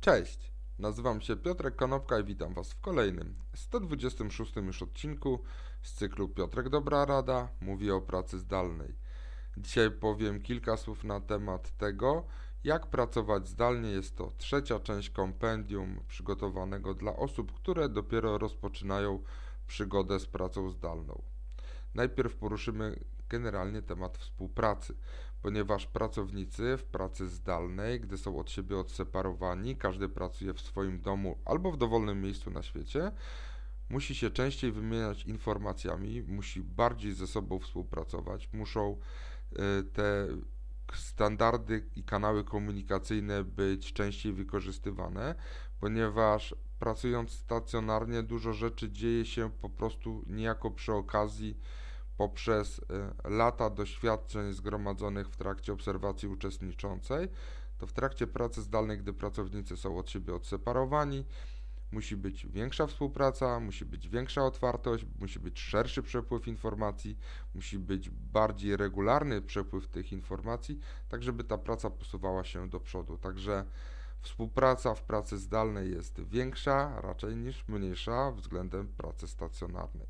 Cześć, nazywam się Piotrek Konopka i witam Was w kolejnym, 126 już odcinku z cyklu Piotrek Dobra Rada mówi o pracy zdalnej. Dzisiaj powiem kilka słów na temat tego, jak pracować zdalnie. Jest to trzecia część kompendium przygotowanego dla osób, które dopiero rozpoczynają przygodę z pracą zdalną. Najpierw poruszymy generalnie temat współpracy, ponieważ pracownicy w pracy zdalnej, gdy są od siebie odseparowani, każdy pracuje w swoim domu albo w dowolnym miejscu na świecie, musi się częściej wymieniać informacjami, musi bardziej ze sobą współpracować, muszą te standardy i kanały komunikacyjne być częściej wykorzystywane, ponieważ pracując stacjonarnie dużo rzeczy dzieje się po prostu niejako przy okazji poprzez lata doświadczeń zgromadzonych w trakcie obserwacji uczestniczącej. To w trakcie pracy zdalnej, gdy pracownicy są od siebie odseparowani, musi być większa współpraca, musi być większa otwartość, musi być szerszy przepływ informacji, musi być bardziej regularny przepływ tych informacji, tak żeby ta praca posuwała się do przodu. Także współpraca w pracy zdalnej jest większa raczej niż mniejsza względem pracy stacjonarnej.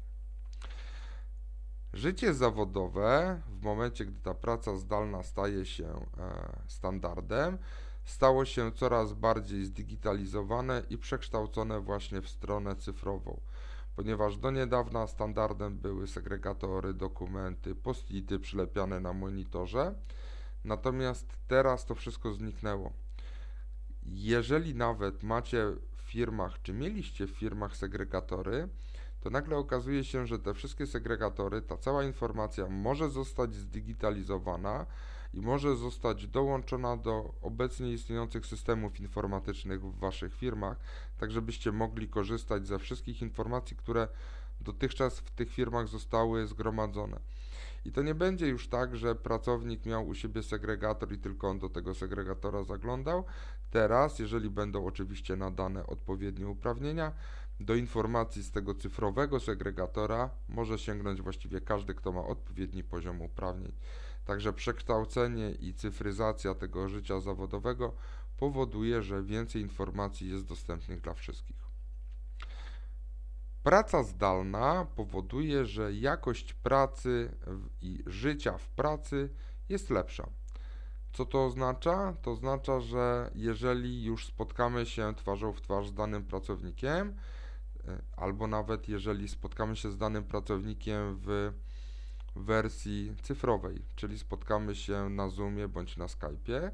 Życie zawodowe, w momencie gdy ta praca zdalna staje się standardem, stało się coraz bardziej zdigitalizowane i przekształcone właśnie w stronę cyfrową, ponieważ do niedawna standardem były segregatory, dokumenty, post-ity przylepiane na monitorze, natomiast teraz to wszystko zniknęło. Jeżeli nawet macie w firmach, czy mieliście w firmach segregatory, to nagle okazuje się, że te wszystkie segregatory, ta cała informacja może zostać zdigitalizowana i może zostać dołączona do obecnie istniejących systemów informatycznych w Waszych firmach, tak żebyście mogli korzystać ze wszystkich informacji, które dotychczas w tych firmach zostały zgromadzone. I to nie będzie już tak, że pracownik miał u siebie segregator i tylko on do tego segregatora zaglądał. Teraz, jeżeli będą oczywiście nadane odpowiednie uprawnienia, do informacji z tego cyfrowego segregatora może sięgnąć właściwie każdy, kto ma odpowiedni poziom uprawnień. Także przekształcenie i cyfryzacja tego życia zawodowego powoduje, że więcej informacji jest dostępnych dla wszystkich. Praca zdalna powoduje, że jakość pracy i życia w pracy jest lepsza. Co to oznacza? To oznacza, że jeżeli już spotkamy się twarzą w twarz z danym pracownikiem, albo nawet jeżeli spotkamy się z danym pracownikiem w wersji cyfrowej, czyli spotkamy się na Zoomie bądź na Skype'ie,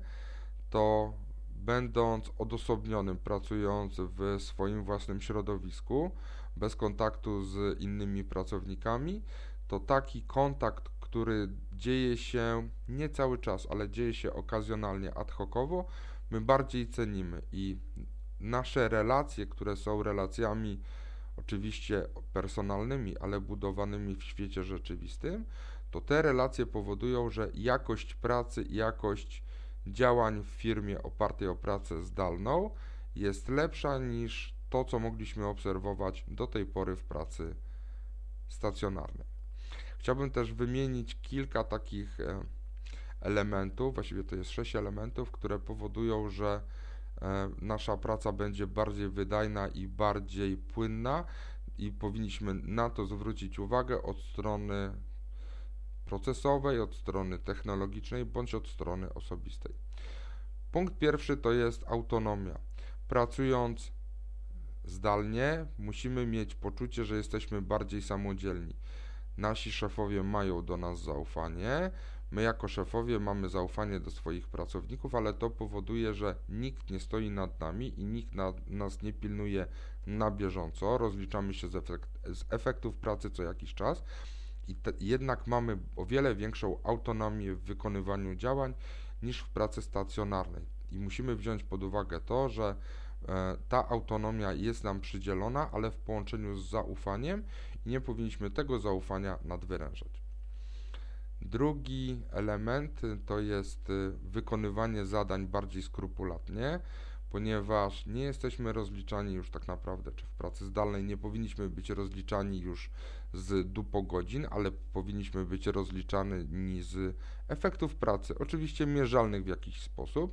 to będąc odosobnionym, pracując w swoim własnym środowisku, bez kontaktu z innymi pracownikami, to taki kontakt, który dzieje się nie cały czas, ale dzieje się okazjonalnie, ad hocowo, my bardziej cenimy i nasze relacje, które są relacjami oczywiście personalnymi, ale budowanymi w świecie rzeczywistym, to te relacje powodują, że jakość pracy i jakość działań w firmie opartej o pracę zdalną jest lepsza niż to, co mogliśmy obserwować do tej pory w pracy stacjonarnej. Chciałbym też wymienić kilka takich elementów, właściwie to jest 6 elementów, które powodują, że nasza praca będzie bardziej wydajna i bardziej płynna i powinniśmy na to zwrócić uwagę od strony procesowej, od strony technologicznej bądź od strony osobistej. Punkt pierwszy to jest autonomia. Pracując zdalnie musimy mieć poczucie, że jesteśmy bardziej samodzielni. Nasi szefowie mają do nas zaufanie, my jako szefowie mamy zaufanie do swoich pracowników, ale to powoduje, że nikt nie stoi nad nami i nikt nas nie pilnuje na bieżąco. Rozliczamy się z efektów pracy co jakiś czas i jednak mamy o wiele większą autonomię w wykonywaniu działań niż w pracy stacjonarnej. I musimy wziąć pod uwagę to, że ta autonomia jest nam przydzielona, ale w połączeniu z zaufaniem i nie powinniśmy tego zaufania nadwyrężać. Drugi element to jest wykonywanie zadań bardziej skrupulatnie, ponieważ nie jesteśmy rozliczani już tak naprawdę, czy w pracy zdalnej nie powinniśmy być rozliczani już z dupogodzin, ale powinniśmy być rozliczani z efektów pracy, oczywiście mierzalnych w jakiś sposób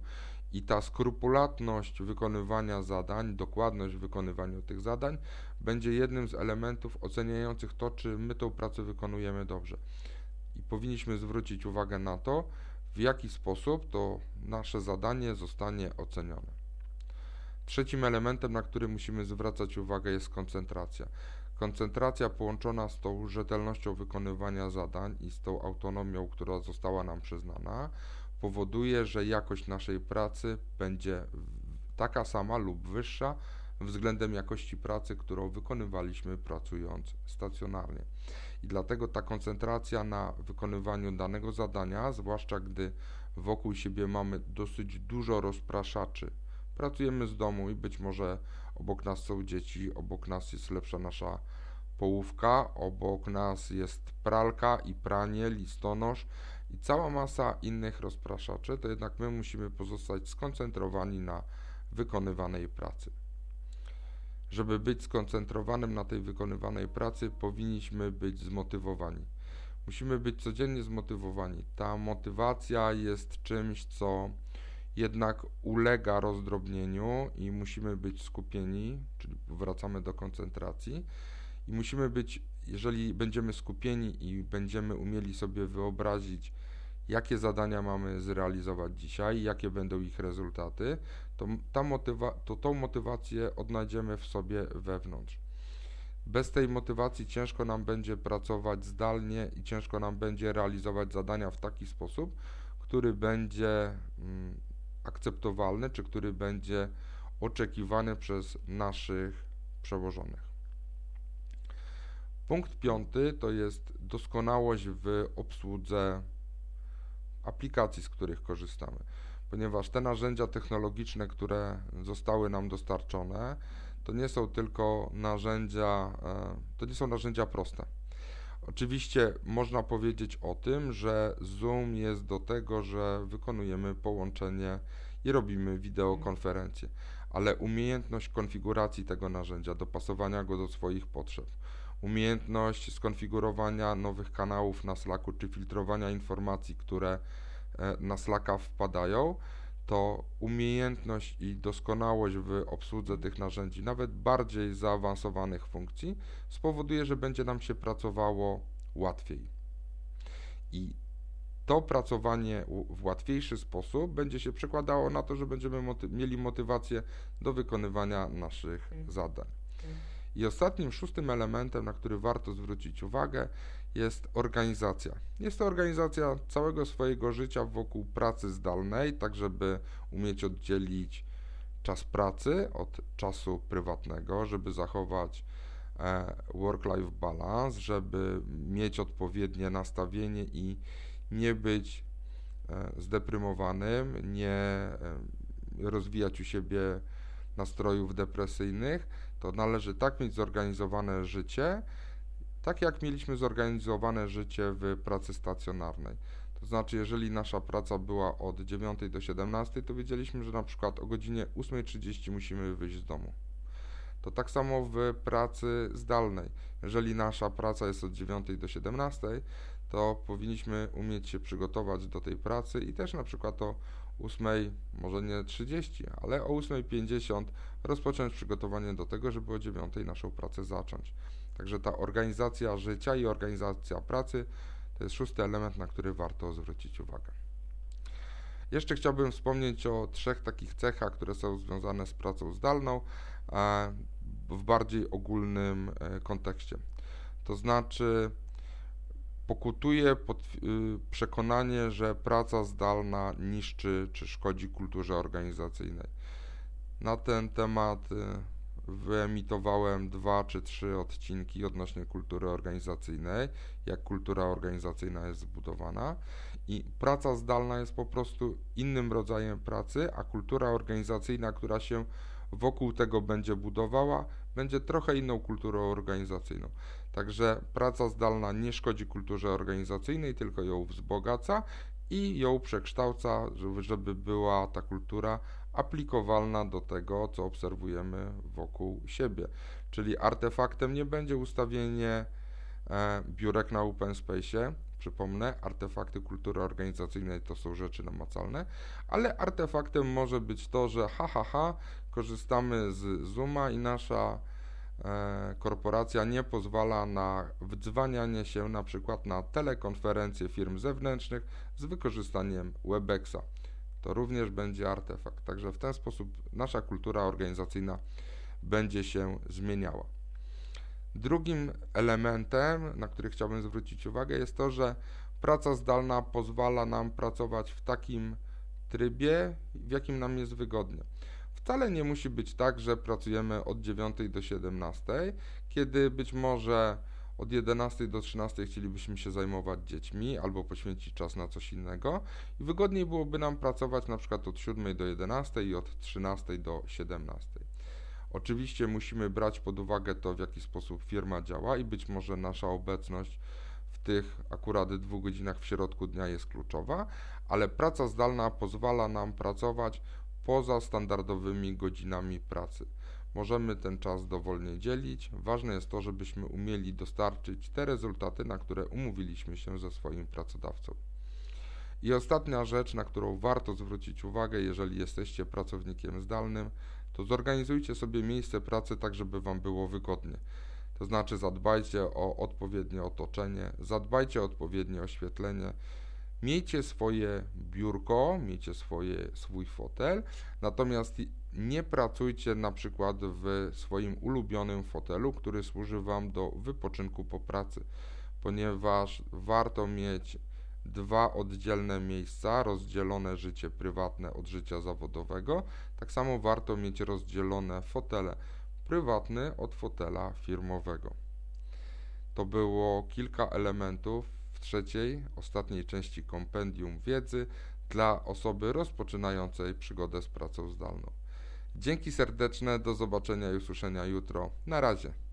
I ta skrupulatność wykonywania zadań, dokładność w wykonywaniu tych zadań będzie jednym z elementów oceniających to, czy my tą pracę wykonujemy dobrze. I powinniśmy zwrócić uwagę na to, w jaki sposób to nasze zadanie zostanie ocenione. Trzecim elementem, na który musimy zwracać uwagę, jest koncentracja. Koncentracja połączona z tą rzetelnością wykonywania zadań i z tą autonomią, która została nam przyznana, powoduje, że jakość naszej pracy będzie taka sama lub wyższa względem jakości pracy, którą wykonywaliśmy pracując stacjonarnie. I dlatego ta koncentracja na wykonywaniu danego zadania, zwłaszcza gdy wokół siebie mamy dosyć dużo rozpraszaczy, pracujemy z domu i być może obok nas są dzieci, obok nas jest lepsza nasza połówka, obok nas jest pralka i pranie, listonosz i cała masa innych rozpraszaczy, to jednak my musimy pozostać skoncentrowani na wykonywanej pracy. Żeby być skoncentrowanym na tej wykonywanej pracy, powinniśmy być zmotywowani. Musimy być codziennie zmotywowani. Ta motywacja jest czymś, co jednak ulega rozdrobnieniu i musimy być skupieni, czyli wracamy do koncentracji i musimy być, jeżeli będziemy skupieni i będziemy umieli sobie wyobrazić, jakie zadania mamy zrealizować dzisiaj, jakie będą ich rezultaty, to tą motywację odnajdziemy w sobie wewnątrz. Bez tej motywacji ciężko nam będzie pracować zdalnie i ciężko nam będzie realizować zadania w taki sposób, który będzie akceptowalny, czy który będzie oczekiwany przez naszych przełożonych. Punkt 5 to jest doskonałość w obsłudze aplikacji, z których korzystamy, ponieważ te narzędzia technologiczne, które zostały nam dostarczone, to nie są tylko narzędzia, to nie są narzędzia proste. Oczywiście można powiedzieć o tym, że Zoom jest do tego, że wykonujemy połączenie i robimy wideokonferencję, ale umiejętność konfiguracji tego narzędzia, dopasowania go do swoich potrzeb, umiejętność skonfigurowania nowych kanałów na Slacku, czy filtrowania informacji, które na Slacka wpadają, to umiejętność i doskonałość w obsłudze tych narzędzi, nawet bardziej zaawansowanych funkcji, spowoduje, że będzie nam się pracowało łatwiej. I to pracowanie w łatwiejszy sposób będzie się przekładało na to, że będziemy mieli motywację do wykonywania naszych zadań. I ostatnim, szóstym elementem, na który warto zwrócić uwagę, jest organizacja. Jest to organizacja całego swojego życia wokół pracy zdalnej, tak żeby umieć oddzielić czas pracy od czasu prywatnego, żeby zachować work-life balance, żeby mieć odpowiednie nastawienie i nie być zdeprymowanym, nie rozwijać u siebie nastrojów depresyjnych. To należy tak mieć zorganizowane życie, tak jak mieliśmy zorganizowane życie w pracy stacjonarnej. To znaczy, jeżeli nasza praca była od 9 do 17, to wiedzieliśmy, że na przykład o godzinie 8:30 musimy wyjść z domu. To tak samo w pracy zdalnej. Jeżeli nasza praca jest od 9 do 17, to powinniśmy umieć się przygotować do tej pracy i też na przykład o 8, może nie 30, ale o 8:50 rozpocząć przygotowanie do tego, żeby o 9 naszą pracę zacząć. Także ta organizacja życia i organizacja pracy to jest szósty element, na który warto zwrócić uwagę. Jeszcze chciałbym wspomnieć o 3 takich cechach, które są związane z pracą zdalną w bardziej ogólnym kontekście. To znaczy pokutuje przekonanie, że praca zdalna niszczy czy szkodzi kulturze organizacyjnej. Na ten temat wyemitowałem 2 czy 3 odcinki odnośnie kultury organizacyjnej, jak kultura organizacyjna jest zbudowana i praca zdalna jest po prostu innym rodzajem pracy, a kultura organizacyjna, która się wokół tego będzie budowała, będzie trochę inną kulturą organizacyjną. Także praca zdalna nie szkodzi kulturze organizacyjnej, tylko ją wzbogaca i ją przekształca, żeby była ta kultura aplikowalna do tego, co obserwujemy wokół siebie. Czyli artefaktem nie będzie ustawienie biurek na open space, Przypomnę, artefakty kultury organizacyjnej to są rzeczy namacalne, ale artefaktem może być to, że korzystamy z Zooma i nasza korporacja nie pozwala na wdzwanianie się na przykład na telekonferencje firm zewnętrznych z wykorzystaniem Webexa. To również będzie artefakt. Także w ten sposób nasza kultura organizacyjna będzie się zmieniała. Drugim elementem, na który chciałbym zwrócić uwagę, jest to, że praca zdalna pozwala nam pracować w takim trybie, w jakim nam jest wygodnie. Wcale nie musi być tak, że pracujemy od 9 do 17, kiedy być może od 11 do 13 chcielibyśmy się zajmować dziećmi albo poświęcić czas na coś innego i wygodniej byłoby nam pracować na przykład od 7 do 11 i od 13 do 17. Oczywiście musimy brać pod uwagę to, w jaki sposób firma działa i być może nasza obecność w tych akurat 2 godzinach w środku dnia jest kluczowa, ale praca zdalna pozwala nam pracować poza standardowymi godzinami pracy. Możemy ten czas dowolnie dzielić. Ważne jest to, żebyśmy umieli dostarczyć te rezultaty, na które umówiliśmy się ze swoim pracodawcą. I ostatnia rzecz, na którą warto zwrócić uwagę, jeżeli jesteście pracownikiem zdalnym, to zorganizujcie sobie miejsce pracy tak, żeby Wam było wygodnie. To znaczy zadbajcie o odpowiednie otoczenie, zadbajcie o odpowiednie oświetlenie, miejcie swoje biurko, miejcie swój fotel, natomiast nie pracujcie na przykład w swoim ulubionym fotelu, który służy Wam do wypoczynku po pracy, ponieważ warto mieć 2 oddzielne miejsca, rozdzielone życie prywatne od życia zawodowego. Tak samo warto mieć rozdzielone fotele, prywatny od fotela firmowego. To było kilka elementów w trzeciej, ostatniej części kompendium wiedzy dla osoby rozpoczynającej przygodę z pracą zdalną. Dzięki serdeczne, do zobaczenia i usłyszenia jutro. Na razie.